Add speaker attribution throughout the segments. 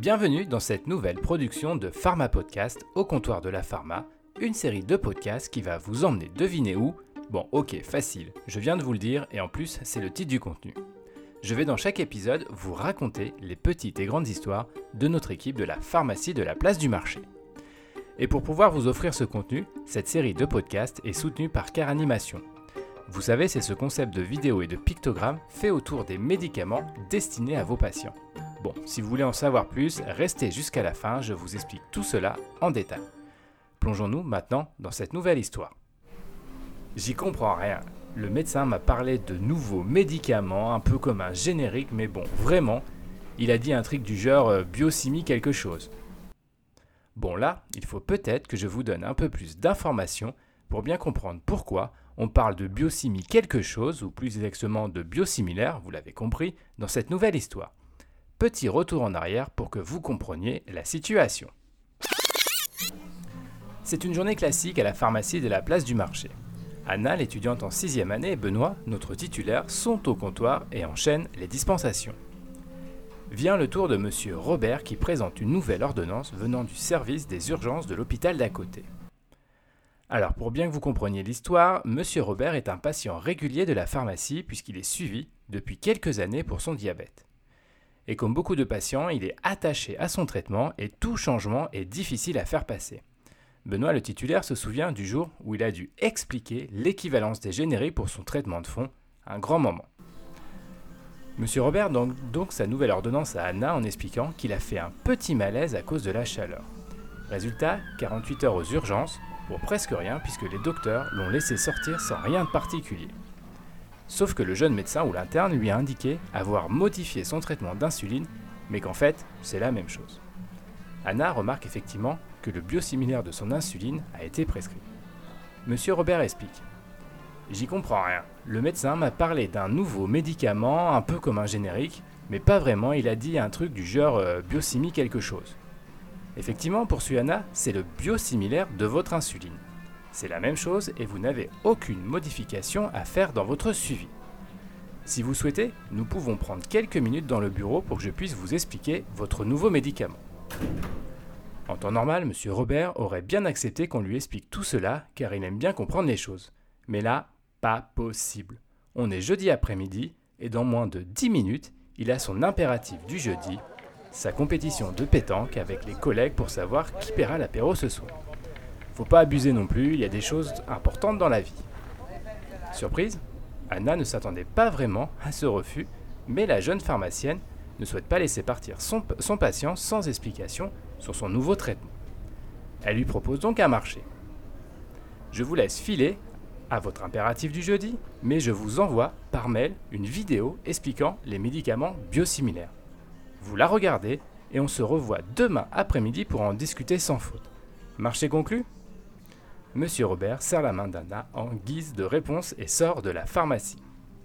Speaker 1: Bienvenue dans cette nouvelle production de Pharma Podcast au comptoir de la pharma, une série de podcasts qui va vous emmener devinez où. Bon, ok, facile, je viens de vous le dire et en plus c'est le titre du contenu. Je vais dans chaque épisode vous raconter les petites et grandes histoires de notre équipe de la pharmacie de la place du marché. Et pour pouvoir vous offrir ce contenu, cette série de podcasts est soutenue par Care Animation. Vous savez, c'est ce concept de vidéo et de pictogrammes fait autour des médicaments destinés à vos patients. Bon, si vous voulez en savoir plus, restez jusqu'à la fin, je vous explique tout cela en détail. Plongeons-nous maintenant dans cette nouvelle histoire. J'y comprends rien. Le médecin m'a parlé de nouveaux médicaments, un peu comme un générique, mais bon, vraiment, il a dit un truc du genre biochimie quelque chose. Bon là, il faut peut-être que je vous donne un peu plus d'informations pour bien comprendre pourquoi on parle de biochimie quelque chose, ou plus exactement de biosimilaire, vous l'avez compris, dans cette nouvelle histoire. Petit retour en arrière pour que vous compreniez la situation. C'est une journée classique à la pharmacie de la place du marché. Anna, l'étudiante en 6e année, et Benoît, notre titulaire, sont au comptoir et enchaînent les dispensations. Vient le tour de Monsieur Robert qui présente une nouvelle ordonnance venant du service des urgences de l'hôpital d'à côté. Alors pour bien que vous compreniez l'histoire, Monsieur Robert est un patient régulier de la pharmacie puisqu'il est suivi depuis quelques années pour son diabète. Et comme beaucoup de patients, il est attaché à son traitement et tout changement est difficile à faire passer. Benoît, le titulaire, se souvient du jour où il a dû expliquer l'équivalence des génériques pour son traitement de fond, un grand moment. Monsieur Robert donne donc sa nouvelle ordonnance à Anna en expliquant qu'il a fait un petit malaise à cause de la chaleur. Résultat, 48 heures aux urgences, pour presque rien puisque les docteurs l'ont laissé sortir sans rien de particulier. Sauf que le jeune médecin ou l'interne lui a indiqué avoir modifié son traitement d'insuline, mais qu'en fait, c'est la même chose. Anna remarque effectivement que le biosimilaire de son insuline a été prescrit. Monsieur Robert explique. J'y comprends rien. Le médecin m'a parlé d'un nouveau médicament, un peu comme un générique, mais pas vraiment, il a dit un truc du genre biochimie quelque chose. Effectivement, poursuit Anna, c'est le biosimilaire de votre insuline. C'est la même chose et vous n'avez aucune modification à faire dans votre suivi. Si vous souhaitez, nous pouvons prendre quelques minutes dans le bureau pour que je puisse vous expliquer votre nouveau médicament. En temps normal, Monsieur Robert aurait bien accepté qu'on lui explique tout cela car il aime bien comprendre les choses. Mais là, pas possible. On est jeudi après-midi et dans moins de 10 minutes, il a son impératif du jeudi, sa compétition de pétanque avec les collègues pour savoir qui paiera l'apéro ce soir. Faut pas abuser non plus, il y a des choses importantes dans la vie. Surprise, Anna ne s'attendait pas vraiment à ce refus, mais la jeune pharmacienne ne souhaite pas laisser partir son patient sans explication sur son nouveau traitement. Elle lui propose donc un marché. Je vous laisse filer à votre impératif du jeudi, mais je vous envoie par mail une vidéo expliquant les médicaments biosimilaires. Vous la regardez et on se revoit demain après-midi pour en discuter sans faute. Marché conclu ? Monsieur Robert serre la main d'Anna en guise de réponse et sort de la pharmacie.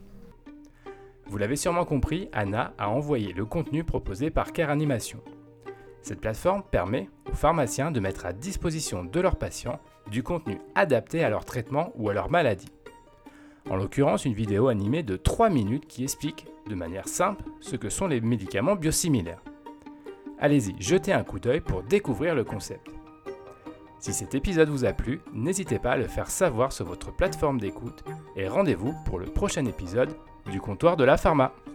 Speaker 1: Vous l'avez sûrement compris, Anna a envoyé le contenu proposé par Care Animation. Cette plateforme permet aux pharmaciens de mettre à disposition de leurs patients du contenu adapté à leur traitement ou à leur maladie. En l'occurrence, une vidéo animée de 3 minutes qui explique de manière simple ce que sont les médicaments biosimilaires. Allez-y, jetez un coup d'œil pour découvrir le concept. Si cet épisode vous a plu, n'hésitez pas à le faire savoir sur votre plateforme d'écoute et rendez-vous pour le prochain épisode du comptoir de la pharma.